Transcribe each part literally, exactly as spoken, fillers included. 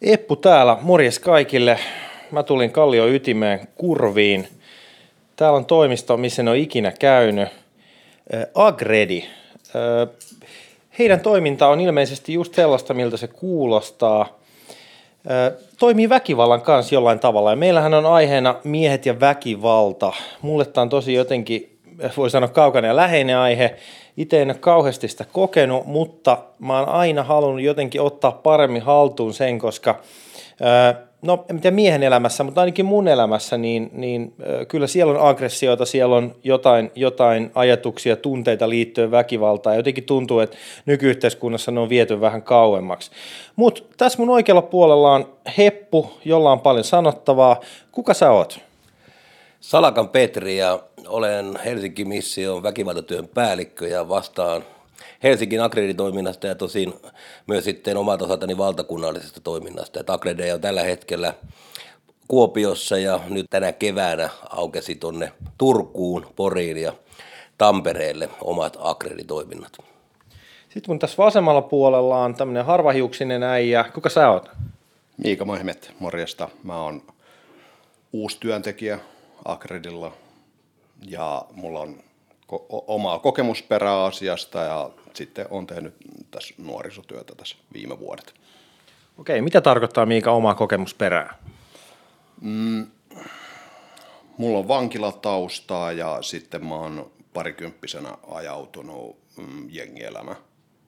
Eppu täällä, morjes kaikille. Mä tulin Kallion ytimeen Kurviin. Täällä on toimisto, missä en ole ikinä käynyt. Agredi. Heidän toiminta on ilmeisesti just sellaista, miltä se kuulostaa. Toimii väkivallan kanssa jollain tavalla. Ja meillähän on aiheena miehet ja väkivalta. Mulle tää on tosi jotenkin, voi sanoa, kaukainen ja läheinen aihe. Itse en ole kauheasti sitä kokenut, mutta mä oon aina halunnut jotenkin ottaa paremmin haltuun sen, koska no en tiedä miehen elämässä, mutta ainakin mun elämässä, niin, niin kyllä siellä on aggressioita, siellä on jotain, jotain ajatuksia, tunteita liittyen väkivaltaan. Ja jotenkin tuntuu, että nykyyhteiskunnassa ne on viety vähän kauemmaksi. Mutta tässä mun oikealla puolella on Heppu, jolla on paljon sanottavaa. Kuka sä oot? Salakan Petri ja olen Helsingin mission väkivaltatyön päällikkö ja vastaan Helsingin Agredi-toiminnasta ja tosin myös sitten omalta osaltani valtakunnallisesta toiminnasta. Että Agredi on tällä hetkellä Kuopiossa ja nyt tänä keväänä aukesi tuonne Turkuun, Poriin ja Tampereelle omat Agredi-toiminnat. Sitten mun tässä vasemmalla puolella on tämmöinen harvahiuksinen äijä. Kuka sä oot? Miika Mehmet, morjesta. Mä oon uusi työntekijä Agredilla ja mulla on ko- omaa kokemusperää asiasta ja sitten on tehnyt tässä nuorisotyötä tässä viime vuodet. Okei, mitä tarkoittaa Miika omaa kokemusperää? Mm, mulla on vankilataustaa ja sitten mä oon parikymppisenä ajautunut mm, jengielämään.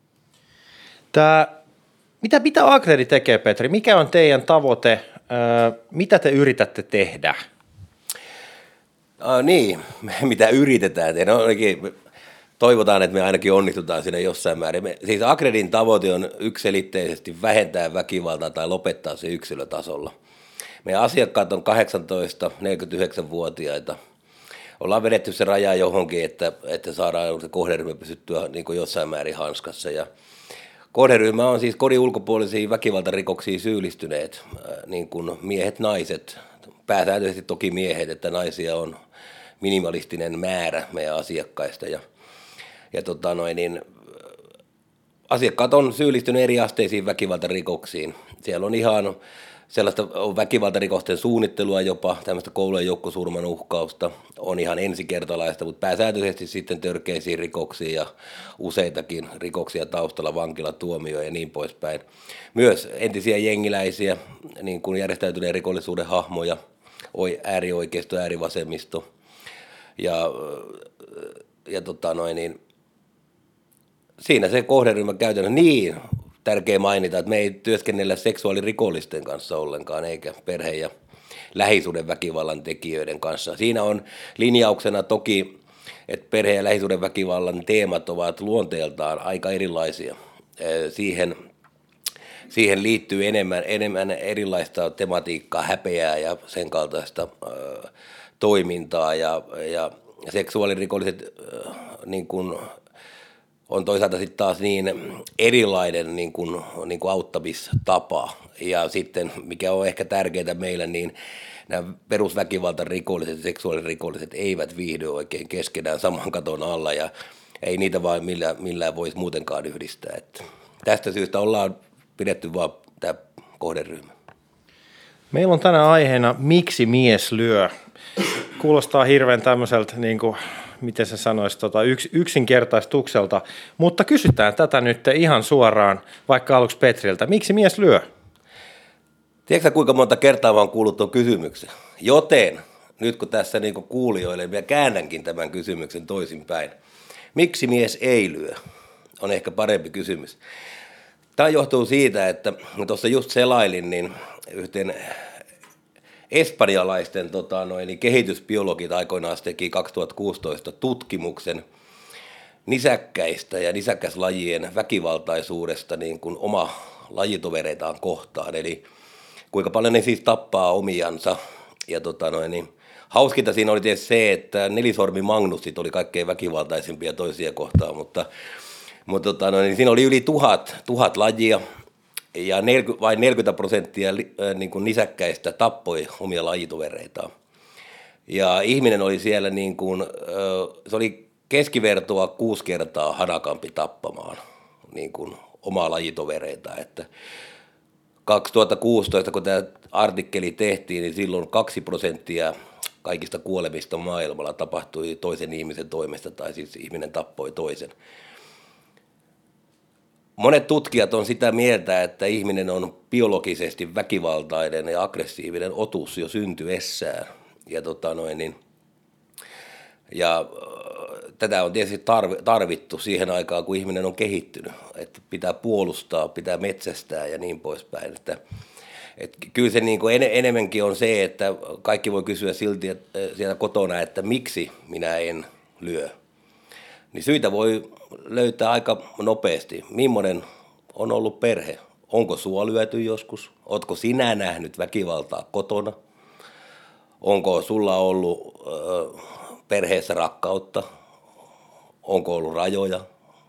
Tää, mitä, mitä Agredi tekee, Petri? Mikä on teidän tavoite? Öö, mitä te yritätte tehdä? Ah, niin, mitä yritetään tehdä. No, toivotaan, että me ainakin onnistutaan siinä jossain määrin. Me, siis Agredin tavoite on yksiselitteisesti vähentää väkivaltaa tai lopettaa se yksilötasolla. Meidän asiakkaat on kahdeksantoista neljäkymmentäyhdeksän-vuotiaita. Ollaan vedetty se raja johonkin, että, että saadaan se kohderyhmä pysyttyä niin kuin jossain määrin hanskassa. Ja kohderyhmä on siis kodin ulkopuolisiin väkivaltarikoksiin syyllistyneet, niin kuin miehet, naiset, pääsääntöisesti toki miehet, että naisia on minimalistinen määrä meidän asiakkaista. Ja, ja tota noin, niin, asiakkaat on syyllistyneet eri asteisiin väkivaltarikoksiin. Siellä on ihan sellaista väkivaltarikosten suunnittelua jopa, tämmöistä koulujen joukkosurman uhkausta, on ihan ensikertalaista, mutta pääsääntöisesti sitten törkeisiin rikoksiin ja useitakin rikoksia taustalla, vankilatuomio ja niin poispäin. Myös entisiä jengiläisiä, niin kuin järjestäytyneen rikollisuuden hahmoja, äärioikeisto, äärivasemmisto ja, ja tota noin, niin, siinä se kohderyhmä käytännössä niin tärkeä mainita, että me ei työskennellä seksuaalirikollisten kanssa ollenkaan, eikä perhe- ja lähisuuden väkivallan tekijöiden kanssa. Siinä on linjauksena toki, että perhe- ja lähisuuden väkivallan teemat ovat luonteeltaan aika erilaisia. Siihen, siihen liittyy enemmän, enemmän erilaista tematiikkaa, häpeää ja sen kaltaista äh, toimintaa, ja, ja seksuaalirikolliset äh, niin kuin on toisaalta sitten taas niin erilainen niin kuin, niin kuin auttamistapa. Ja sitten, mikä on ehkä tärkeää meillä, niin nämä perusväkivaltarikolliset ja seksuaalirikolliset eivät viihdy oikein keskenään saman katon alla, ja ei niitä vaan millään, millään voisi muutenkaan yhdistää. Että tästä syystä ollaan pidetty vaan tämä kohderyhmä. Meillä on tänään aiheena miksi mies lyö. Kuulostaa hirveän tämmöiseltä, niin kuin, miten sä sanoisit, tota, yks, yksinkertaistukselta, mutta kysytään tätä nyt ihan suoraan, vaikka aluksi Petriltä. Miksi mies lyö? Tiedätkö kuinka monta kertaa mä oon kuullut tuon kysymyksen? Joten nyt kun tässä niin kuin kuulijoille, minä käännänkin tämän kysymyksen toisinpäin. Miksi mies ei lyö? On ehkä parempi kysymys. Tämä johtuu siitä, että tuossa just selailin, niin yhteen espanjalaisten tota, noin, niin kehitysbiologit aikoinaan teki kaksituhattakuusitoista tutkimuksen nisäkkäistä ja nisäkkäslajien väkivaltaisuudesta niin kuin oma lajitovereitaan kohtaan. Eli kuinka paljon ne siis tappaa omiansa. Ja tota, noin, niin, hauskinta siinä oli tietysti se, että nelisormi magnussit oli kaikkein väkivaltaisimpia toisia kohtaan, mutta, mutta tota, noin, niin siinä oli yli tuhat, tuhat lajia. Ja neljäkymmentä, vain neljäkymmentä prosenttia niin kuin nisäkkäistä tappoi omia lajitovereitaan. Ja ihminen oli siellä, niin kuin, se oli keskivertoa kuusi kertaa hanakampi tappamaan niin kuin omaa lajitovereita. Että kaksituhattakuusitoista, kun tämä artikkeli tehtiin, niin silloin kaksi prosenttia kaikista kuolemista maailmalla tapahtui toisen ihmisen toimesta, tai siis ihminen tappoi toisen. Monet tutkijat on sitä mieltä, että ihminen on biologisesti väkivaltainen ja aggressiivinen otus jo syntyessään. Ja, tota noin, niin, ja tätä on tietysti tarvittu siihen aikaan, kun ihminen on kehittynyt. Että pitää puolustaa, pitää metsästää ja niin poispäin. Että, että kyllä se niin kuin en, enemmänkin on se, että kaikki voi kysyä silti että siellä kotona, että miksi minä en lyö. Niin syitä voi löytää aika nopeasti. Millainen on ollut perhe? Onko sua lyöty joskus? Ootko sinä nähnyt väkivaltaa kotona? Onko sulla ollut ö, perheessä rakkautta? Onko ollut rajoja?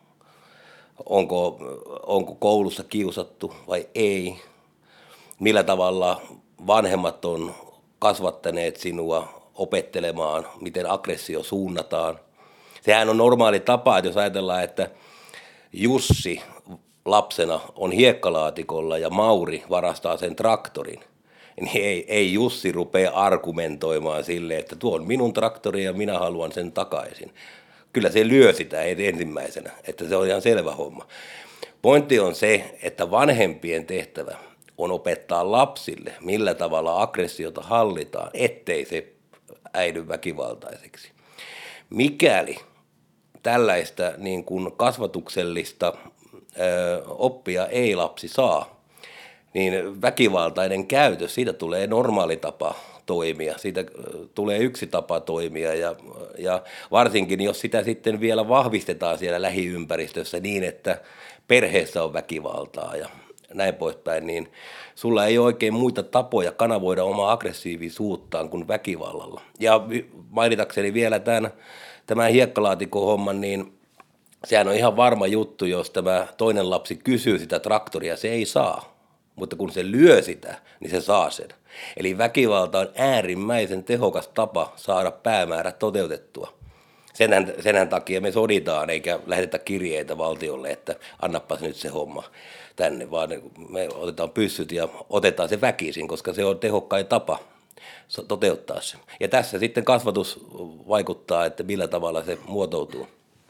Onko, onko koulussa kiusattu vai ei? Millä tavalla vanhemmat on kasvattaneet sinua opettelemaan, miten aggressio suunnataan? Sehän on normaali tapa, että jos ajatellaan, että Jussi lapsena on hiekkalaatikolla ja Mauri varastaa sen traktorin, niin ei, ei Jussi rupea argumentoimaan sille, että tuo on minun traktori ja minä haluan sen takaisin. Kyllä se lyö sitä ensimmäisenä, että se on ihan selvä homma. Pointti on se, että vanhempien tehtävä on opettaa lapsille, millä tavalla aggressiota hallitaan, ettei se äidy väkivaltaiseksi. Mikäli tällaista niin kuin kasvatuksellista ö, oppia ei lapsi saa, niin väkivaltainen käytös, siitä tulee normaali tapa toimia, siitä tulee yksi tapa toimia ja, ja varsinkin jos sitä sitten vielä vahvistetaan siellä lähiympäristössä niin, että perheessä on väkivaltaa ja näin poispäin, niin sulla ei ole oikein muita tapoja kanavoida omaa aggressiivisuuttaan kuin väkivallalla. Ja mainitakseni vielä tämän, tämän hiekkalaatikko-homman, niin sehän on ihan varma juttu, jos tämä toinen lapsi kysyy sitä traktoria, se ei saa. Mutta kun se lyö sitä, niin se saa sen. Eli väkivalta on äärimmäisen tehokas tapa saada päämäärä toteutettua. Senhän, senhän takia me soditaan, eikä lähetetä kirjeitä valtiolle, että annapas nyt se homma tänne, vaan me otetaan pyssyt ja otetaan se väkisin, koska se on tehokkain tapa toteuttaa se. Ja tässä sitten kasvatus vaikuttaa, että millä tavalla se muotoutuu.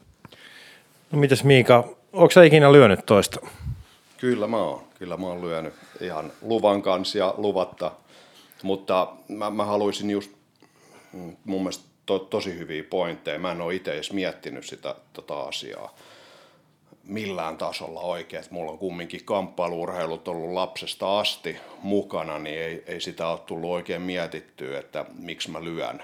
No mitäs Miika, onko sä ikinä lyönyt toista? Kyllä mä oon. Kyllä mä oon lyönyt ihan luvan kanssa ja luvatta, mutta mä, mä haluaisin just mun mielestä to, tosi hyviä pointteja. Mä en ole itse edes miettinyt sitä tota asiaa millään tasolla oikein. Et mulla on kumminkin kamppailu-urheilut ollut lapsesta asti mukana, niin ei, ei sitä ole tullut oikein mietittyä, että miksi mä lyön.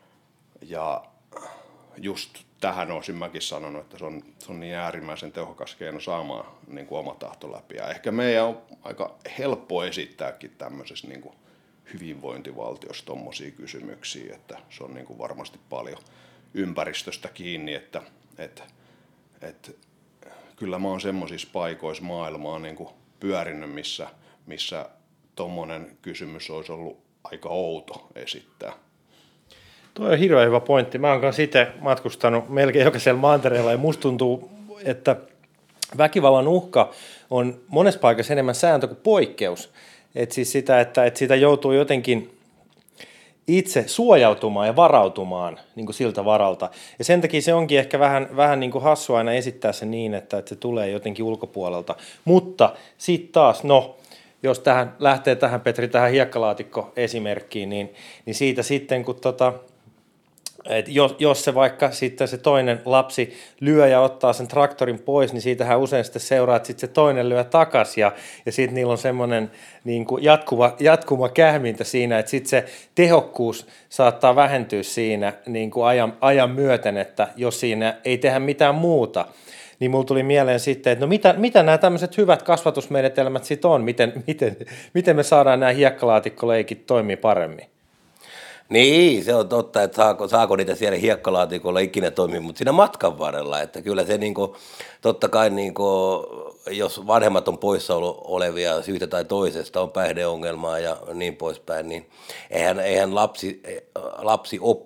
Ja just tähän olisin mäkin sanonut, että se on, se on niin äärimmäisen tehokas keino saamaan niin kuin oma tahto läpi. Ja ehkä meidän on aika helppo esittääkin tämmöisessä niin kuin hyvinvointivaltiossa tommosia kysymyksiä, että se on niin kuin varmasti paljon ympäristöstä kiinni, että, että, että kyllä mä oon semmoisissa paikoissa maailmaa niin kuin pyörinyt, missä, missä tommonen kysymys olisi ollut aika outo esittää. Tuo on hirveän hyvä pointti. Mä oon kanssa itse matkustanut melkein jokaisella mantereella ja musta tuntuu, että väkivallan uhka on monessa paikassa enemmän sääntö kuin poikkeus. Et siis sitä, että, että sitä joutuu jotenkin itse suojautumaan ja varautumaan niin kuin siltä varalta. Ja sen takia se onkin ehkä vähän, vähän niin kuin hassua aina esittää se niin, että, että se tulee jotenkin ulkopuolelta. Mutta sitten taas, no, jos tähän lähtee tähän, Petri, tähän hiekkalaatikko-esimerkkiin, niin, niin siitä sitten, kun tota, et jos, jos se vaikka sitten se toinen lapsi lyö ja ottaa sen traktorin pois, niin siitähän usein sitten seuraa, että sitten se toinen lyö takaisin ja, ja sitten niillä on semmoinen niin kuin jatkuva, jatkuva kähmintä siinä, että sitten se tehokkuus saattaa vähentyä siinä niin kuin ajan, ajan myöten, että jos siinä ei tehdä mitään muuta, niin mulla tuli mieleen sitten, että no mitä, mitä nämä tämmöiset hyvät kasvatusmenetelmät sitten on, miten, miten, miten me saadaan nämä hiekkalaatikkoleikit toimia paremmin? Niin, se on totta, että saako, saako niitä siellä hiekkalaatikolla ikinä toimia, mutta siinä matkan varrella, että kyllä se niin kuin, totta kai niin kuin, jos vanhemmat on poissa olevia syystä tai toisesta, on päihdeongelmaa ja niin poispäin, niin eihän, eihän lapsi, lapsi opi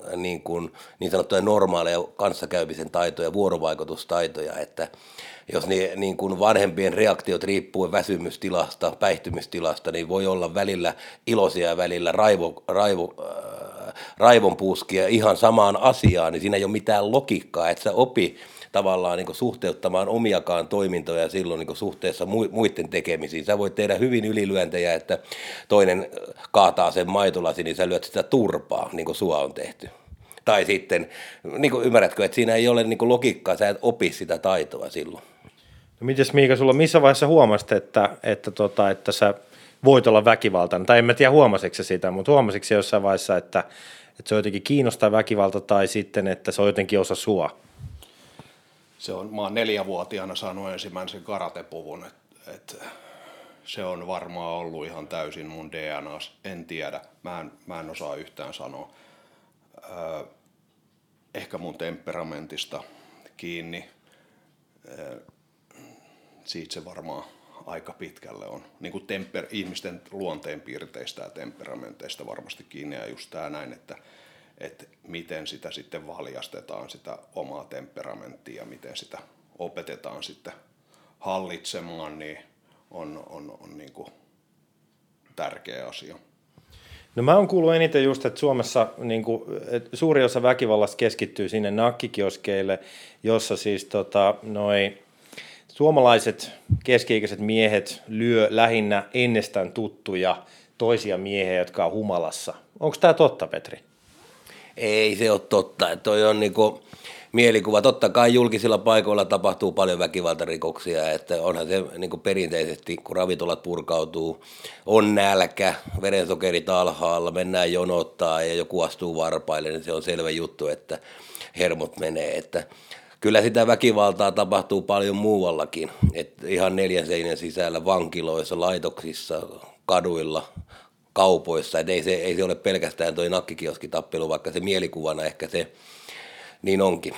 niin, kuin, niin sanottuja normaaleja kanssakäymisen taitoja, vuorovaikutustaitoja, että jos niin, niin kuin vanhempien reaktiot riippuen väsymystilasta, päihtymystilasta, niin voi olla välillä iloisia ja välillä raivo, raivo, äh, raivonpuuskia ihan samaan asiaan, niin siinä ei ole mitään logiikkaa, että sä opi tavallaan niin kuin suhteuttamaan omiakaan toimintoja silloin niin kuin suhteessa muiden tekemisiin. Sä voit tehdä hyvin ylilyöntejä, että toinen kaataa sen maitolasi, niin sä lyöt sitä turpaa, niin kuin sua on tehty. Tai sitten, niin kuin ymmärrätkö, että siinä ei ole niin kuin logiikkaa, sä et opi sitä taitoa silloin. No mites Miika, sulla missä vaiheessa huomasit, että, että, tota, että sä voit olla väkivaltainen? Tai en mä tiedä huomasitko sä sitä, mutta huomasitko sä jossain vaiheessa, että, että se on jotenkin kiinnostaa väkivalta tai sitten, että se on jotenkin osa sua? Se on, mä oon neljävuotiaana saanut ensimmäisen karatepuvun, että et, se on varmaan ollut ihan täysin mun D N A, en tiedä, mä en, mä en osaa yhtään sanoa. Öö, ehkä mun temperamentista kiinni, öö, siitä se varmaan aika pitkälle on. Niin kuin temper, ihmisten luonteenpiirteistä ja temperamenteista varmasti kiinni ja just tää näin, että että miten sitä sitten valjastetaan, sitä omaa temperamenttia ja miten sitä opetetaan sitten hallitsemaan, niin on, on, on niin kuin tärkeä asia. No mä oon kuullut eniten just, että Suomessa niin kuin, että suuri osa väkivallasta keskittyy sinne nakkikioskeille, jossa siis tota, noi suomalaiset keski-ikäiset miehet lyö lähinnä ennestään tuttuja toisia miehiä, jotka on humalassa. Onko tämä totta, Petri? Ei se ole totta. Toi on niinku mielikuva. Totta kai julkisilla paikoilla tapahtuu paljon väkivaltarikoksia, että onhan se niinku perinteisesti, kun ravintolat purkautuu, on nälkä, verensokerit alhaalla, mennään jonottaa ja joku astuu varpaille, niin se on selvä juttu, että hermot menee. Että kyllä sitä väkivaltaa tapahtuu paljon muuallakin, että ihan neljän seinän sisällä, vankiloissa, laitoksissa, kaduilla, kaupoissa, että ei se, ei se ole pelkästään toi nakkikioskitappelu, vaikka se mielikuvana ehkä se niin onkin.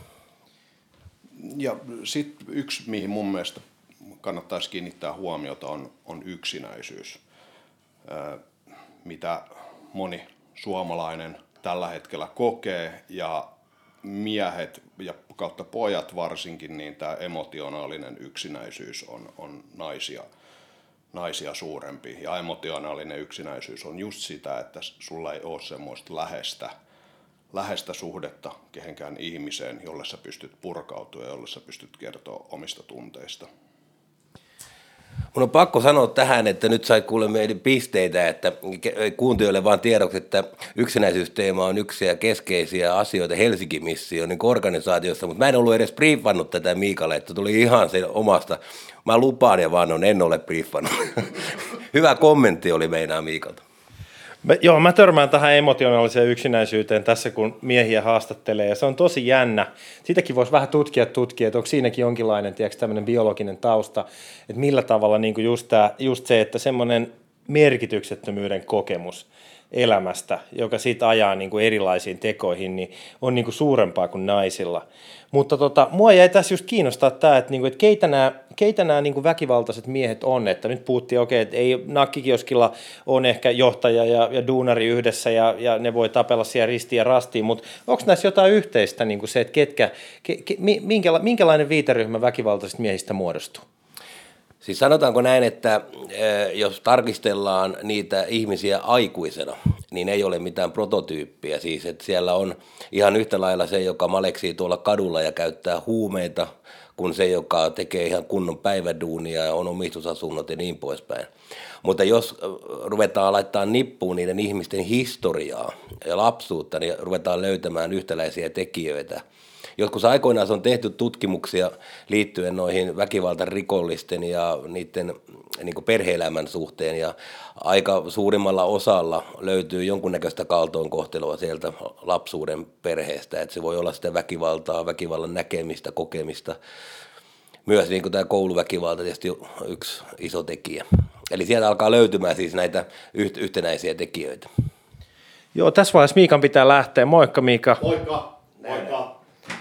Ja sitten yksi, mihin mun mielestä kannattaisi kiinnittää huomiota, on, on yksinäisyys, Ö, mitä moni suomalainen tällä hetkellä kokee, ja miehet ja kautta pojat varsinkin, niin tämä emotionaalinen yksinäisyys on, on naisia naisia suurempi. Ja emotionaalinen yksinäisyys on just sitä, että sulla ei ole semmoista läheistä, läheistä suhdetta kehenkään ihmiseen, jolle sä pystyt purkautumaan ja jolle sä pystyt kertoa omista tunteista. Mun on pakko sanoa tähän, että nyt sait kuulla meidän pisteitä, että kuuntelijoille vaan tiedoksi, että yksinäisyysteema on yksi ja keskeisiä asioita Helsinki-mission niin organisaatiossa, mutta mä en ollut edes briefannut tätä Miikalle, että tuli ihan sen omasta. Mä lupaan ja vaan on, en ole briefannut. Hyvä kommentti oli meinaa Miikalta. Mä, joo, mä törmään tähän emotionaaliseen yksinäisyyteen tässä, kun miehiä haastattelee, ja se on tosi jännä. Siitäkin voisi vähän tutkia, tutkia, että onko siinäkin jonkinlainen, tiedätkö, tämmöinen biologinen tausta, että millä tavalla niin kuin just, tää, just se, että semmoinen merkityksettömyyden kokemus elämästä, joka siitä ajaa niin kuin erilaisiin tekoihin, niin on niin kuin suurempaa kuin naisilla. Mutta tota, mua jäi tässä just kiinnostaa tämä, että, niinku, että keitä nämä, keitä nämä niinku väkivaltaiset miehet on. Että nyt puhuttiin, okei, okay, että ei nakkikioskilla on ehkä johtaja ja, ja duunari yhdessä ja, ja ne voi tapella siellä ristiin ja rastiin, mutta onko näissä jotain yhteistä, niinku se, että ketkä, ke, ke, minkäla, minkälainen viiteryhmä väkivaltaisista miehistä muodostuu? Siis sanotaanko näin, että jos tarkistellaan niitä ihmisiä aikuisena, niin ei ole mitään prototyyppiä. Siis että siellä on ihan yhtä lailla se, joka maleksii tuolla kadulla ja käyttää huumeita, kuin se, joka tekee ihan kunnon päiväduunia ja on omistusasunnot ja niin poispäin. Mutta jos ruvetaan laittaa nippuun niiden ihmisten historiaa ja lapsuutta, niin ruvetaan löytämään yhtäläisiä tekijöitä. Joskus aikoinaan on tehty tutkimuksia liittyen noihin väkivaltarikollisten ja niiden niin kuin perhe-elämän suhteen, ja aika suurimmalla osalla löytyy jonkunnäköistä kaltoinkohtelua sieltä lapsuuden perheestä, että se voi olla sitä väkivaltaa, väkivallan näkemistä, kokemista. Myös niin kuin tämä kouluväkivalta tietysti yksi iso tekijä. Eli sieltä alkaa löytymään siis näitä yhtenäisiä tekijöitä. Joo, tässä vaiheessa Miikan pitää lähteä. Moikka Miika. Moikka. Moikka.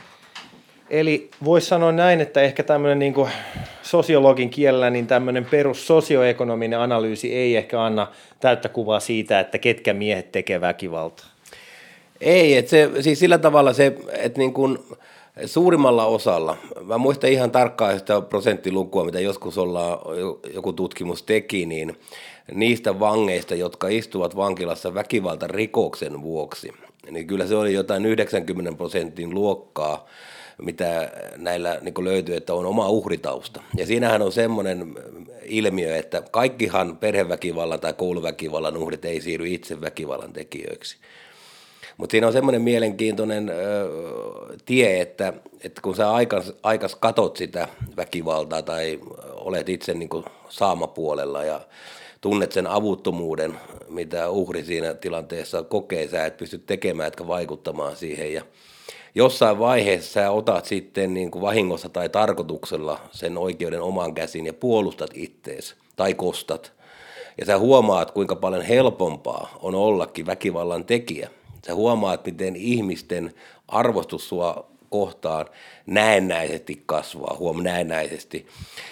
Eli voisi sanoa näin, että ehkä tämmöinen niin kuin sosiologin kielellä niin tämmöinen perus sosioekonominen analyysi ei ehkä anna täyttä kuvaa siitä, että ketkä miehet tekee väkivaltaa. Ei, että se, siis sillä tavalla se, että niin kuin suurimmalla osalla, mä muistan ihan tarkkaan sitä prosenttilukua, mitä joskus ollaan, joku tutkimus teki, niin niistä vangeista, jotka istuvat vankilassa väkivaltarikoksen vuoksi, niin kyllä se oli jotain yhdeksänkymmentä prosentin luokkaa, mitä näillä niin löytyy, että on oma uhritausta. Ja siinähän on semmoinen ilmiö, että kaikkihan perheväkivallan tai kouluväkivallan uhrit ei siirry itse väkivallan tekijöiksi. Mutta siinä on semmoinen mielenkiintoinen ö, tie, että, että kun sä aikas, aikas katot sitä väkivaltaa tai olet itse niin kuin saamapuolella ja tunnet sen avuttomuuden, mitä uhri siinä tilanteessa kokee, sä et pysty tekemään, etkä vaikuttamaan siihen. Ja jossain vaiheessa sä otat sitten niin kuin vahingossa tai tarkoituksella sen oikeuden omaan käsiin ja puolustat ittees tai kostat. Ja sä huomaat, kuinka paljon helpompaa on ollakin väkivallan tekijä. Sä huomaat, miten ihmisten arvostus sua kohtaan näennäisesti kasvaa, huom näennäisesti.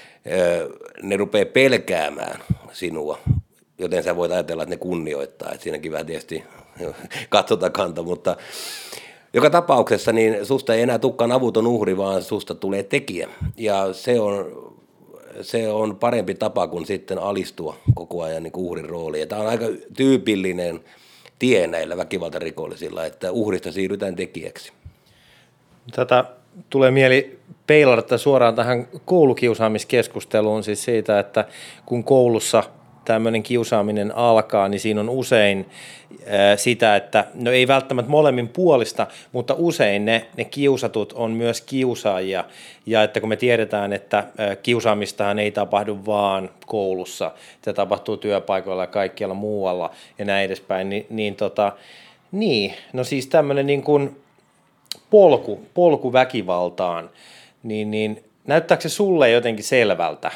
Ne rupeaa pelkäämään sinua, joten sä voit ajatella, että ne kunnioittaa. Että siinäkin vähän tietysti katsotaan kanta, mutta joka tapauksessa niin susta ei enää tulekaan avuton uhri, vaan susta tulee tekijä. Ja se on, se on parempi tapa kuin sitten alistua koko ajan niin uhrin rooliin. Tämä on aika tyypillinen tie näillä väkivaltarikollisilla, että uhrista siirrytään tekijäksi. Tätä tulee mieli peilata suoraan tähän koulukiusaamiskeskusteluun, siis siitä, että kun koulussa tämmöinen kiusaaminen alkaa, niin siinä on usein ää, sitä, että no ei välttämättä molemmin puolista, mutta usein ne, ne kiusatut on myös kiusaajia, ja että kun me tiedetään, että ää, kiusaamistahan ei tapahdu vaan koulussa, se tapahtuu työpaikoilla ja kaikkialla muualla ja näin edespäin, niin, niin, tota, niin no siis tämmöinen niin kuin polku, polku väkivaltaan, niin, niin näyttääkö se sulle jotenkin selvältä?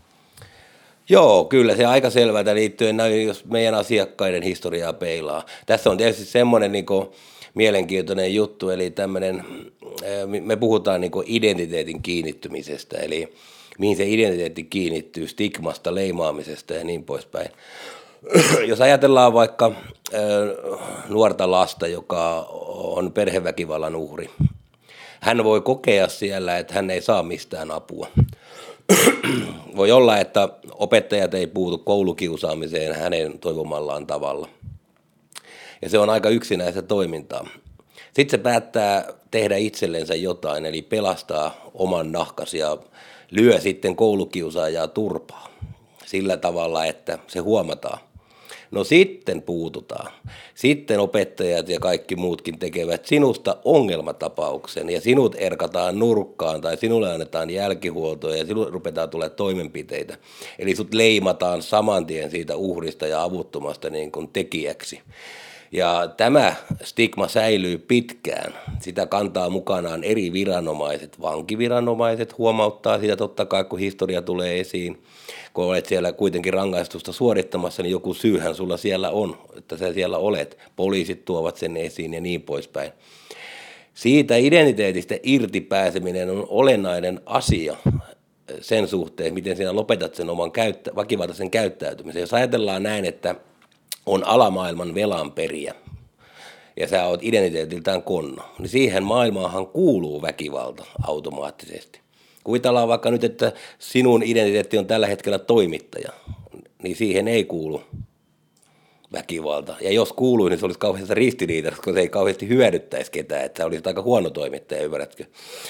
Joo, kyllä se aika selvältä liittyen, jos meidän asiakkaiden historiaa peilaa. Tässä on tietysti semmoinen niin kuin mielenkiintoinen juttu, eli tämmöinen, me puhutaan niin kuin identiteetin kiinnittymisestä, eli mihin se identiteetti kiinnittyy, stigmasta, leimaamisesta ja niin poispäin. Jos ajatellaan vaikka nuorta lasta, joka on perheväkivallan uhri, hän voi kokea siellä, että hän ei saa mistään apua. Voi olla, että opettajat ei puutu koulukiusaamiseen hänen toivomallaan tavalla. Ja se on aika yksinäistä toimintaa. Sitten se päättää tehdä itsellensä jotain, eli pelastaa oman nahkas ja lyö sitten koulukiusaajaa turpaa sillä tavalla, että se huomataan. No sitten puututaan. Sitten opettajat ja kaikki muutkin tekevät sinusta ongelmatapauksen ja sinut erkataan nurkkaan tai sinulle annetaan jälkihuoltoa ja sinulle rupetaan tulemaan toimenpiteitä. Eli sut leimataan saman tien siitä uhrista ja avuttomasta niin kuin tekijäksi. Ja tämä stigma säilyy pitkään. Sitä kantaa mukanaan eri viranomaiset. Vankiviranomaiset huomauttaa sitä totta kai, kun historia tulee esiin. Kun olet siellä kuitenkin rangaistusta suorittamassa, niin joku syyhän sulla siellä on, että sä siellä olet. Poliisit tuovat sen esiin ja niin poispäin. Siitä identiteetistä irti pääseminen on olennainen asia sen suhteen, miten sinä lopetat sen oman käyttä- väkivaltaisen käyttäytymisen. Jos ajatellaan näin, että on alamaailman velanperiä ja sä oot identiteetiltään konno, niin siihen maailmaanhan kuuluu väkivalta automaattisesti. Kuvitellaan vaikka nyt, että sinun identiteetti on tällä hetkellä toimittaja, niin siihen ei kuulu väkivalta. Ja jos kuului, niin se olisi kauheasti ristiriidassa, koska se ei kauheasti hyödyttäisi ketään, että sä olisit aika huono toimittaja, ymmärrätkö?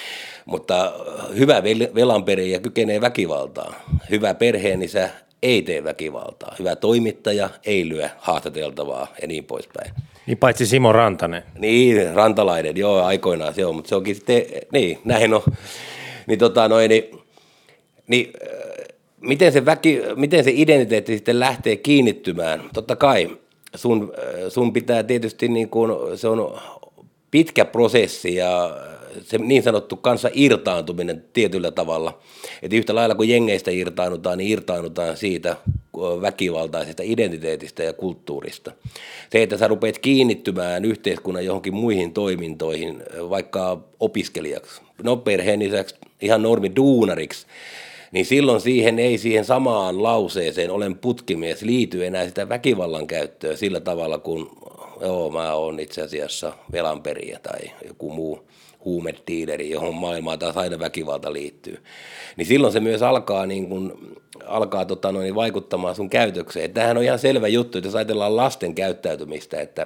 Mutta hyvä velanperiä kykenee väkivaltaan. Hyvä perheenisä ei tee väkivaltaa. Hyvä toimittaja ei lyö haastateltavaa ja niin poispäin. Niin paitsi Simo Rantanen. Niin, rantalainen, joo, aikoinaan se on, mutta se onkin sitten, niin, näin on. Niin, tota, noin, niin, niin miten, se väki, miten se identiteetti sitten lähtee kiinnittymään? Totta kai sun, sun pitää tietysti, niin kuin, se on pitkä prosessi ja se niin sanottu kanssa irtaantuminen tietyllä tavalla. Että yhtä lailla kuin jengeistä irtaannutaan, niin irtaannutaan siitä väkivaltaisesta identiteetistä ja kulttuurista. Se, että sä rupeat kiinnittymään yhteiskunnan johonkin muihin toimintoihin, vaikka opiskelijaksi, no perheen lisäksi ihan normi duunariksi, niin silloin siihen ei siihen samaan lauseeseen olen putkimies liity enää sitä väkivallan käyttöä sillä tavalla, kun joo, mä oon itse asiassa velanperiä tai joku muu huumediileri, johon maailmaan taas aina väkivalta liittyy. Niin silloin se myös alkaa, niin kun, alkaa tota noin, vaikuttamaan sun käytökseen. Tämähän on ihan selvä juttu, että jos ajatellaan lasten käyttäytymistä, että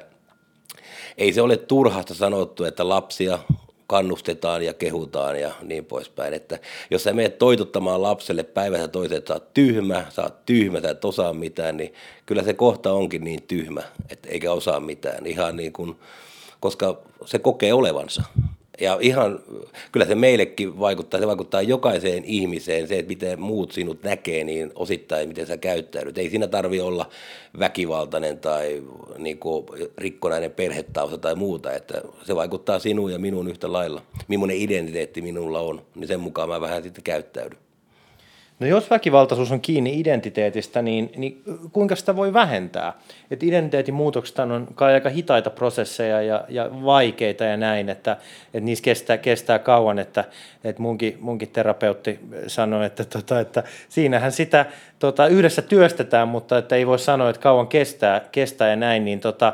ei se ole turhasta sanottu, että lapsia kannustetaan ja kehutaan ja niin poispäin. Että jos sä menet toitottamaan lapselle päivästä toiseen, että sä oot tyhmä, sä oot tyhmä, sä et osaa mitään, niin kyllä se kohta onkin niin tyhmä, että eikä osaa mitään. Ihan niin kuin, koska se kokee olevansa. Ja ihan, kyllä se meillekin vaikuttaa, se vaikuttaa jokaiseen ihmiseen, se, että miten muut sinut näkee, niin osittain miten sä käyttäydyt. Ei siinä tarvitse olla väkivaltainen tai niin kuin rikkonainen perhetausta tai muuta, että se vaikuttaa sinuun ja minuun yhtä lailla. Millainen identiteetti minulla on, niin sen mukaan mä vähän sitten käyttäydyn. No jos väkivaltaisuus on kiinni identiteetistä, niin, niin kuinka sitä voi vähentää? Et identiteetin muutokset on kai aika hitaita prosesseja ja, ja vaikeita ja näin, että, että niissä kestää, kestää kauan, että, että munkin, munkin terapeutti sanoi, että, tota, että siinähän sitä tota, yhdessä työstetään, mutta että ei voi sanoa, että kauan kestää, kestää ja näin, niin tota,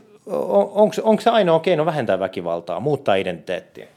on, onko se ainoa keino vähentää väkivaltaa, muuttaa identiteettiä?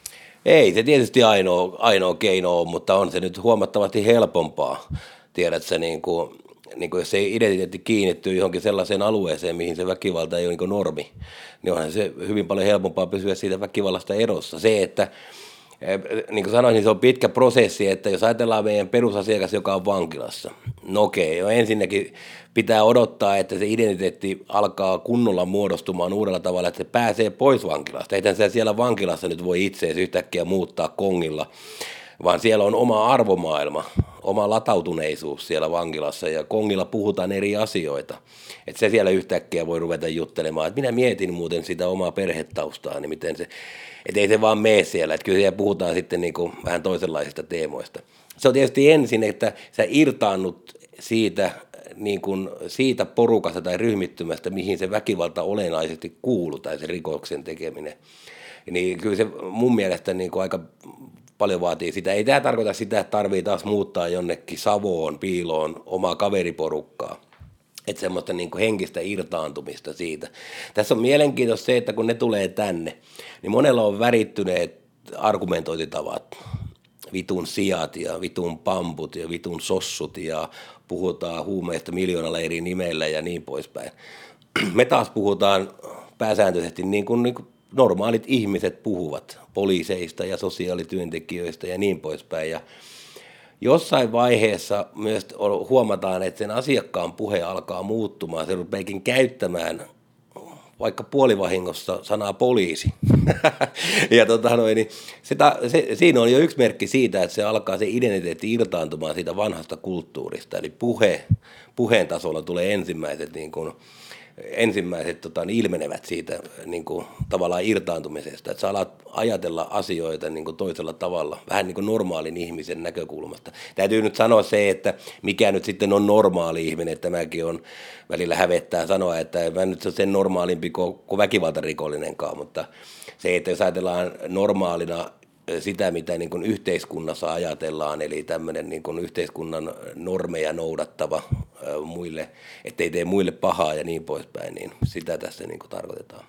Ei se tietysti ainoa, ainoa keino on, mutta on se nyt huomattavasti helpompaa. Tiedätkö, niin kuin, niin kuin jos se identiteetti kiinnittyy johonkin sellaiseen alueeseen, mihin se väkivalta ei ole niin kuin normi, niin onhan se hyvin paljon helpompaa pysyä siitä väkivallasta erossa. Se, että niin kuin sanoin, niin se on pitkä prosessi, että jos ajatellaan meidän perusasiakas, joka on vankilassa, no okei, jo ensinnäkin pitää odottaa, että se identiteetti alkaa kunnolla muodostumaan uudella tavalla, että se pääsee pois vankilasta. Eihän se siellä vankilassa nyt voi itseäsi yhtäkkiä muuttaa kongilla, vaan siellä on oma arvomaailma, oma latautuneisuus siellä vankilassa ja kongilla puhutaan eri asioita. Että se siellä yhtäkkiä voi ruveta juttelemaan, että minä mietin muuten sitä omaa perhetaustaa, niin miten se, että ei se vaan mene siellä, että kyllä siellä puhutaan sitten niin kuin vähän toisenlaisista teemoista. Se on tietysti ensin, että sä irtaannut siitä, niin kuin siitä porukasta tai ryhmittymästä, mihin se väkivalta olennaisesti kuuluu tai se rikoksen tekeminen. Niin kyllä se mun mielestä niin kuin aika paljon vaatii sitä. Ei tämä tarkoita sitä, että tarvii taas muuttaa jonnekin Savoon, piiloon omaa kaveriporukkaa. Että semmoista niin kuin henkistä irtaantumista siitä. Tässä on mielenkiintoista se, että kun ne tulee tänne, niin monella on värittyneet argumentointitavat. Vitun sijat ja vitun pamput ja vitun sossut ja puhutaan huumeista miljoonalla eri nimellä ja niin poispäin. Me taas puhutaan pääsääntöisesti niin kuin, niin kuin normaalit ihmiset puhuvat poliiseista ja sosiaalityöntekijöistä ja niin poispäin. Ja jossain vaiheessa myös huomataan, että sen asiakkaan puhe alkaa muuttumaan. Se rupeakin käyttämään vaikka puolivahingossa sanaa poliisi. ja tota noin, niin se, se, siinä on jo yksi merkki siitä, että se alkaa se identiteetti irtaantumaan siitä vanhasta kulttuurista. Eli puhe, puheen tasolla tulee ensimmäiset, niin kuin, ensimmäiset tota, niin ilmenevät siitä niin kuin, tavallaan irtaantumisesta. Että sä alat ajatella asioita niin kuin toisella tavalla, vähän niin kuin normaalin ihmisen näkökulmasta. Täytyy nyt sanoa se, että mikä nyt sitten on normaali ihminen, että tämäkin on välillä hävettää sanoa, että mä nyt ole sen normaalimpi kuin, kuin väkivaltarikollinenkaan, mutta se, että jos ajatellaan normaalina sitä, mitä niin kuin yhteiskunnassa ajatellaan, eli tämmöinen niin kuin yhteiskunnan normeja noudattava ä, muille, ettei tee muille pahaa ja niin poispäin, niin sitä tässä niin kuin tarkoitetaan.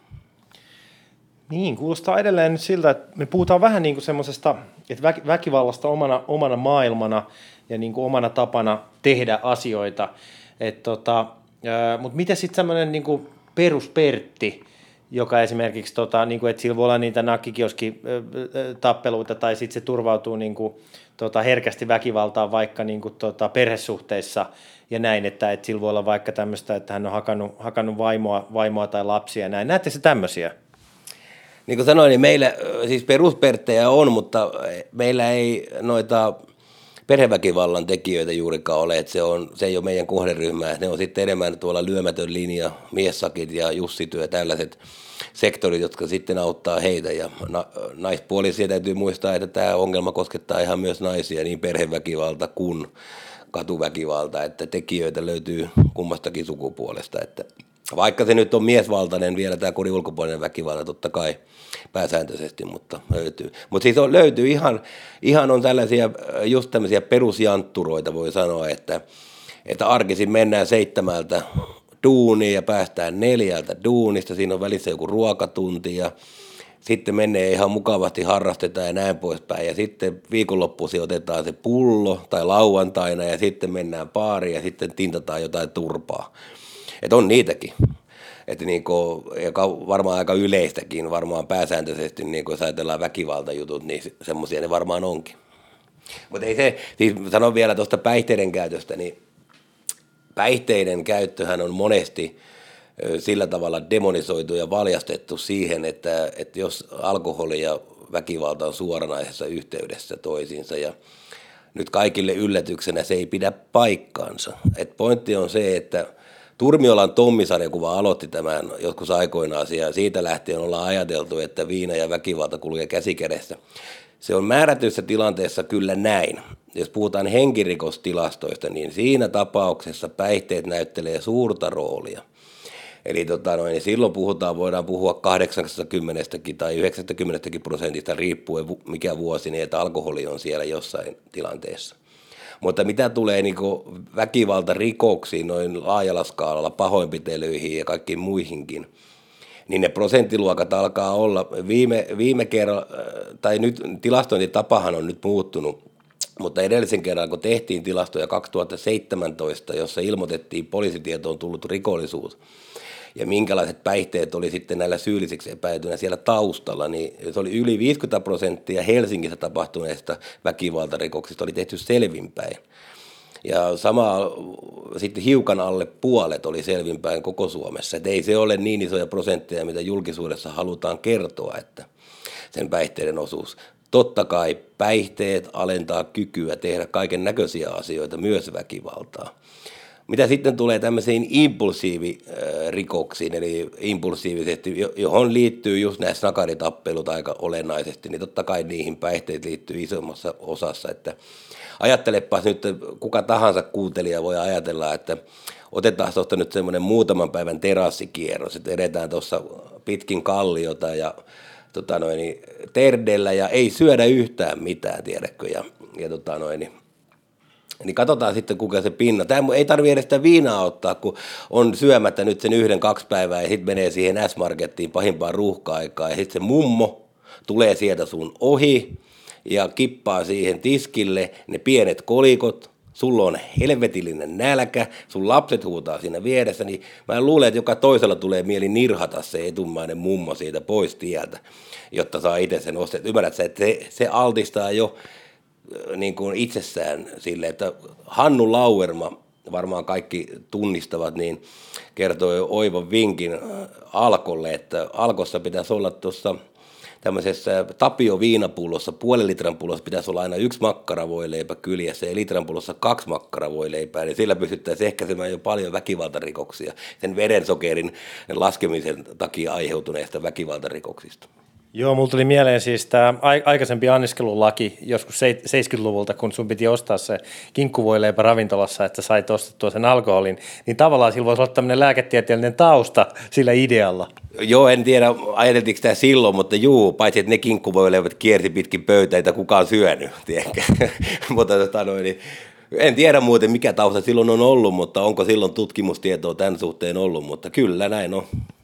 Niin, kuulostaa edelleen nyt siltä, että me puhutaan vähän niin kuin semmoisesta, että väkivallasta omana, omana maailmana ja niin kuin omana tapana tehdä asioita. Tota, mutta miten sitten semmoinen niin kuin peruspertti, joka esimerkiksi, tota, niin kuin, että sillä voi olla niitä nakkikioskitappeluita tai sitten se turvautuu niin kuin, tota, herkästi väkivaltaan vaikka niin kuin, tota, perhesuhteissa ja näin, että, että sillä voi olla vaikka tämmöistä, että hän on hakannut, hakannut vaimoa, vaimoa tai lapsia ja näin. Näette se tämmöisiä? Niin kuin sanoin, niin meillä siis perusperttejä on, mutta meillä ei noita perheväkivallan tekijöitä juurikaan ole, että se, on, se ei ole meidän kohderyhmää. Ne on sitten enemmän tuolla lyömätön linja, miessakit ja jussityö, tällaiset sektorit, jotka sitten auttaa heitä. Ja na, naispuolisia täytyy muistaa, että tämä ongelma koskettaa ihan myös naisia, niin perheväkivalta kuin katuväkivalta, että tekijöitä löytyy kummastakin sukupuolesta. Että vaikka se nyt on miesvaltainen vielä tämä kodin ulkopuolinen väkivalta, totta kai pääsääntöisesti, mutta löytyy. Mutta siis on, löytyy ihan, ihan on tällaisia just tämmöisiä perusjantturoita, voi sanoa, että, että arkisin mennään seitsemältä duuniin ja päästään neljältä duunista, siinä on välissä joku ruokatunti ja sitten menee ihan mukavasti, harrastetaan ja näin poispäin. Ja sitten viikonloppuisin otetaan se pullo tai lauantaina ja sitten mennään baariin ja sitten tintataan jotain turpaa. Että on niitäkin. Että niinku, joka varmaan aika yleistäkin, varmaan pääsääntöisesti, niin jos ajatellaan väkivaltajutut, niin semmoisia ne varmaan onkin. Mutta ei se, siis sanon vielä tuosta päihteiden käytöstä, niin päihteiden käyttöhän on monesti sillä tavalla demonisoitu ja valjastettu siihen, että, että jos alkoholi ja väkivalta on suoranaisessa yhteydessä toisiinsa ja nyt kaikille yllätyksenä se ei pidä paikkaansa. Et pointti on se, että Turmiolan Tommi-sarjakuva aloitti tämän joskus aikoinaan ja siitä lähtien ollaan ajateltu, että viina ja väkivalta kulkee käsikädessä. Se on määrätyissä tilanteessa kyllä näin. Jos puhutaan henkirikostilastoista, niin siinä tapauksessa päihteet näyttelee suurta roolia. Eli tota noin, silloin puhutaan, voidaan puhua kahdeksankymmentä tai yhdeksänkymmentä prosentista riippuen mikä vuosi, niin että alkoholi on siellä jossain tilanteessa. Mutta mitä tulee niin väkivaltarikoksiin, noin laajalla skaalalla, pahoinpitelyihin ja kaikkiin muihinkin, niin ne prosenttiluokat alkaa olla viime, viime kerran, tai nyt tilastointitapahan on nyt muuttunut, mutta edellisen kerran, kun tehtiin tilastoja kaksituhattaseitsemäntoista, jossa ilmoitettiin poliisitietoon tullut rikollisuus, ja minkälaiset päihteet oli sitten näillä syyllisiksi epäiltynä siellä taustalla, niin se oli yli viisikymmentä prosenttia Helsingissä tapahtuneista väkivaltarikoksista oli tehty selvinpäin. Ja sama sitten hiukan alle puolet oli selvinpäin koko Suomessa. Et ei se ole niin isoja prosentteja, mitä julkisuudessa halutaan kertoa, että sen päihteiden osuus. Totta kai päihteet alentaa kykyä tehdä kaiken näköisiä asioita, myös väkivaltaa. Mitä sitten tulee tämmöisiin impulsiivirikoksiin, eli impulsiivisesti, johon liittyy just nämä snakaritappelut aika olennaisesti, niin totta kai niihin päihteet liittyy isommassa osassa. Että ajattelepas nyt, kuka tahansa kuuntelija voi ajatella, että otetaan tuosta nyt semmoinen muutaman päivän terassikierros, että edetään tuossa pitkin kalliota ja tota noin, terdellä ja ei syödä yhtään mitään, tiedätkö, ja, ja tota noin, niin katsotaan sitten, kuinka se pinna. Tämä ei tarvitse edes sitä viinaa ottaa, kun on syömättä nyt sen yhden, kaksi päivää ja sitten menee siihen S-Markettiin pahimpaan ruuhka-aikaan ja sitten se mummo tulee sieltä sun ohi ja kippaa siihen tiskille ne pienet kolikot. Sulla on helvetillinen nälkä, sun lapset huutaa siinä vieressä, niin mä luulen, että joka toisella tulee mieli nirhata se etummainen mummo siitä pois tieltä, jotta saa itse sen ostet. Ymmärrät sä, että se, se altistaa jo niin kuin itsessään sille, että Hannu Lauerma, varmaan kaikki tunnistavat, niin kertoi oivan vinkin Alkolle, että Alkossa pitäisi olla tuossa tämmöisessä Tapio viinapullossa, puolen litran pullossa pitäisi olla aina yksi makkaravoileipä kyljessä ja litran pullossa kaksi makkaravoileipää, niin sillä pystyttäisiin ehkäisemään jo paljon väkivaltarikoksia sen verensokerin laskemisen takia aiheutuneista väkivaltarikoksista. Joo, mulla tuli mieleen siis tämä aikaisempi anniskelulaki joskus seitsemänkymmentäluvulta, kun sun piti ostaa se kinkkuvoileipä ravintolassa, että sait ostettua sen alkoholin, niin tavallaan sillä voisi olla tämmöinen lääketieteellinen tausta sillä idealla. Joo, en tiedä, ajateltiinko tämä silloin, mutta juu, paitsi että ne kinkkuvoileivat kiersi pitkin pöytäitä, kukaan syönyt, tiedätkö? Mutta tota noin, niin en tiedä muuten, mikä tausta silloin on ollut, mutta onko silloin tutkimustietoa tämän suhteen ollut, mutta kyllä näin on.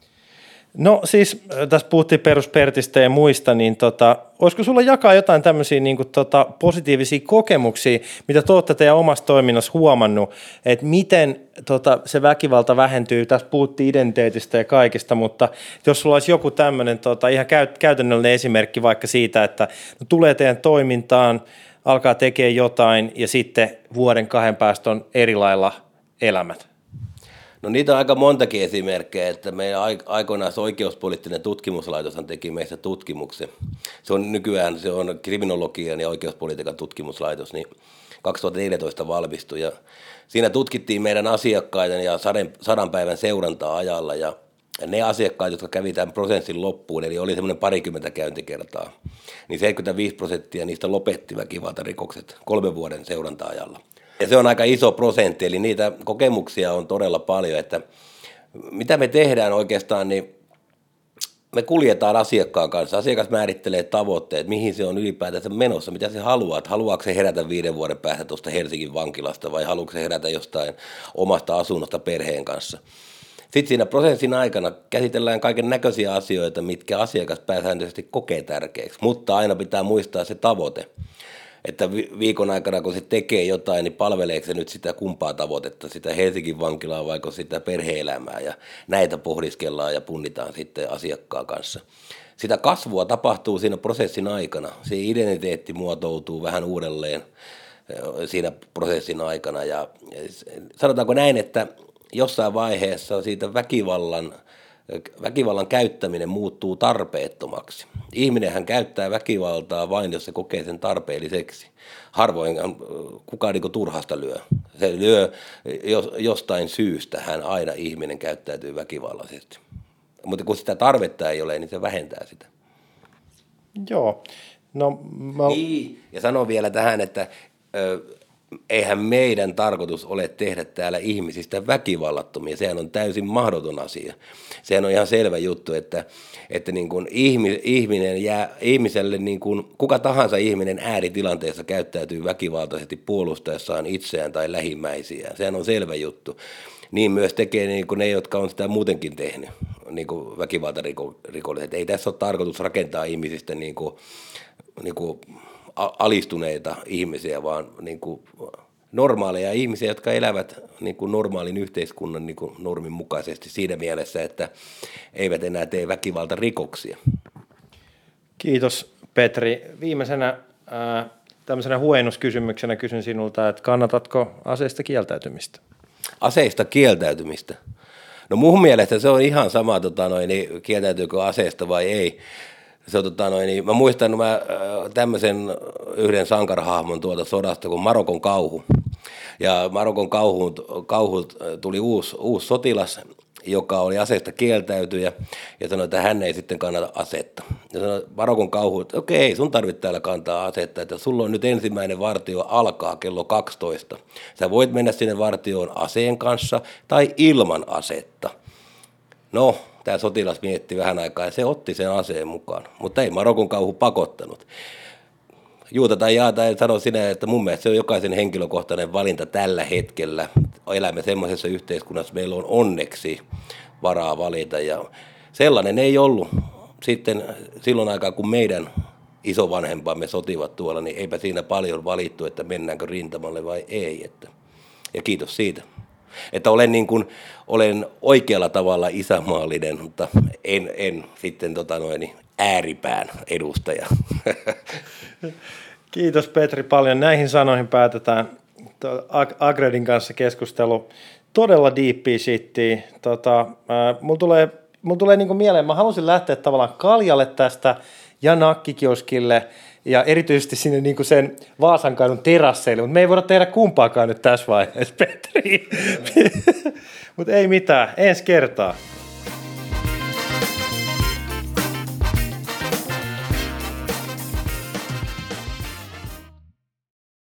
No siis, tässä puhuttiin peruspertistä ja muista, niin tota, olisiko sulla jakaa jotain tämmöisiä niin kuin, tota, positiivisia kokemuksia, mitä te olette teidän omassa toiminnassa huomannut, että miten tota, se väkivalta vähentyy, tässä puhuttiin identiteetistä ja kaikesta, mutta jos sulla olisi joku tämmöinen tota, ihan käyt, käytännöllinen esimerkki vaikka siitä, että no, tulee teidän toimintaan, alkaa tekemään jotain ja sitten vuoden kahden päästä on eri lailla elämät. No niitä on aika montakin esimerkkejä, että meidän aikoinaan oikeuspoliittinen tutkimuslaitoshan teki meistä tutkimuksen. Se on nykyään, se on kriminologian ja oikeuspolitiikan tutkimuslaitos, niin kaksituhattaneljätoista valmistui ja siinä tutkittiin meidän asiakkaiden ja sadan päivän seurantaa ajalla ja ne asiakkaat, jotka kävi tämän prosessin loppuun, eli oli semmoinen parikymmentä käyntikertaa, niin seitsemänkymmentäviisi prosenttia niistä lopetti väkivaltarikokset kolmen vuoden seuranta-ajalla. Ja se on aika iso prosentti, eli niitä kokemuksia on todella paljon, että mitä me tehdään oikeastaan, niin me kuljetaan asiakkaan kanssa. Asiakas määrittelee tavoitteet, mihin se on ylipäätänsä menossa, mitä se haluaa. Että haluaako se herätä viiden vuoden päästä tuosta Helsingin vankilasta vai haluaako se herätä jostain omasta asunnosta perheen kanssa. Sitten siinä prosessin aikana käsitellään kaiken näköisiä asioita, mitkä asiakas pääsääntöisesti kokee tärkeäksi, mutta aina pitää muistaa se tavoite. Että viikon aikana, kun se tekee jotain, niin palveleeko se nyt sitä kumpaa tavoitetta, sitä Helsingin vankilaa vaiko sitä perhe-elämää, ja näitä pohdiskellaan ja punnitaan sitten asiakkaan kanssa. Sitä kasvua tapahtuu siinä prosessin aikana, se identiteetti muotoutuu vähän uudelleen siinä prosessin aikana, ja sanotaanko näin, että jossain vaiheessa siitä väkivallan, väkivallan käyttäminen muuttuu tarpeettomaksi. Ihminenhän käyttää väkivaltaa vain, jos se kokee sen tarpeelliseksi. Harvoin kukaan niin kuin turhasta lyö. Se lyö jostain syystä, hän aina ihminen käyttäytyy väkivallaisesti. Mutta kun sitä tarvetta ei ole, niin se vähentää sitä. Joo. No, mä... Niin, ja sanon vielä tähän, että ö, eihän meidän tarkoitus ole tehdä täällä ihmisistä väkivallattomia. Sehän on täysin mahdoton asia. Sehän on ihan selvä juttu, että, että niin kuin ihminen jää, ihmiselle, niin kuin, kuka tahansa ihminen ääritilanteessa käyttäytyy väkivaltaisesti puolustaessaan itseään tai lähimmäisiään. Sehän on selvä juttu. Niin myös tekee niin kuin ne, jotka on sitä muutenkin tehnyt, niin kuin väkivaltarikolliset. Ei tässä ole tarkoitus rakentaa ihmisistä niin kuin, niin kuin alistuneita ihmisiä, vaan niin kuin normaaleja ihmisiä, jotka elävät niin kuin normaalin yhteiskunnan niin kuin normin mukaisesti siinä mielessä, että eivät enää tee väkivaltarikoksia. Kiitos, Petri. Viimeisenä ää, tämmöisenä huojennuskysymyksenä kysyn sinulta, että kannatatko aseista kieltäytymistä? Aseista kieltäytymistä? No mun mielestä se on ihan sama, tota noin, niin kieltäytyykö aseesta vai ei. Se on, tota noin, niin mä muistan mä, äh, tämmöisen yhden sankarhahmon tuolta sodasta kuin Marokon kauhu. Ja Marokon kauhuun, kauhuun tuli uusi, uusi sotilas, joka oli aseesta kieltäytyjä ja sanoi, että hän ei sitten kannata asetta. Ja sanoi Marokon kauhu, että okei, sun tarvitse täällä kantaa asetta, että sulla on nyt ensimmäinen vartio alkaa kello kaksitoista. Sä voit mennä sinne vartioon aseen kanssa tai ilman asetta. No, tämä sotilas mietti vähän aikaa ja se otti sen aseen mukaan, mutta ei Marokon kauhu pakottanut. Juuta tai jaata ei sano sinä, että mun mielestä se on jokaisen henkilökohtainen valinta tällä hetkellä. Elämme semmoisessa yhteiskunnassa, meillä on onneksi varaa valita ja sellainen ei ollut sitten silloin aikaa, kun meidän isovanhempamme sotivat tuolla, niin eipä siinä paljon valittu, että mennäänkö rintamalle vai ei. Että, ja kiitos siitä. Että olen, niin kuin, olen oikealla tavalla isämaallinen, mutta en, en sitten tota noin, ääripään edustaja. Kiitos Petri paljon. Näihin sanoihin päätetään Agredin kanssa keskustelu. Todella deepia shittiä. Tota, äh, mulla tulee, mulla tulee niin kuin mieleen, mä halusin lähteä tavallaan kaljalle tästä ja nakkikioskille ja erityisesti sinne niin kuin sen Vaasankaidun terasseille, mutta me ei voida tehdä kumpaakaan nyt tässä vaiheessa, Petri. Mutta ei mitään, ensi kertaa.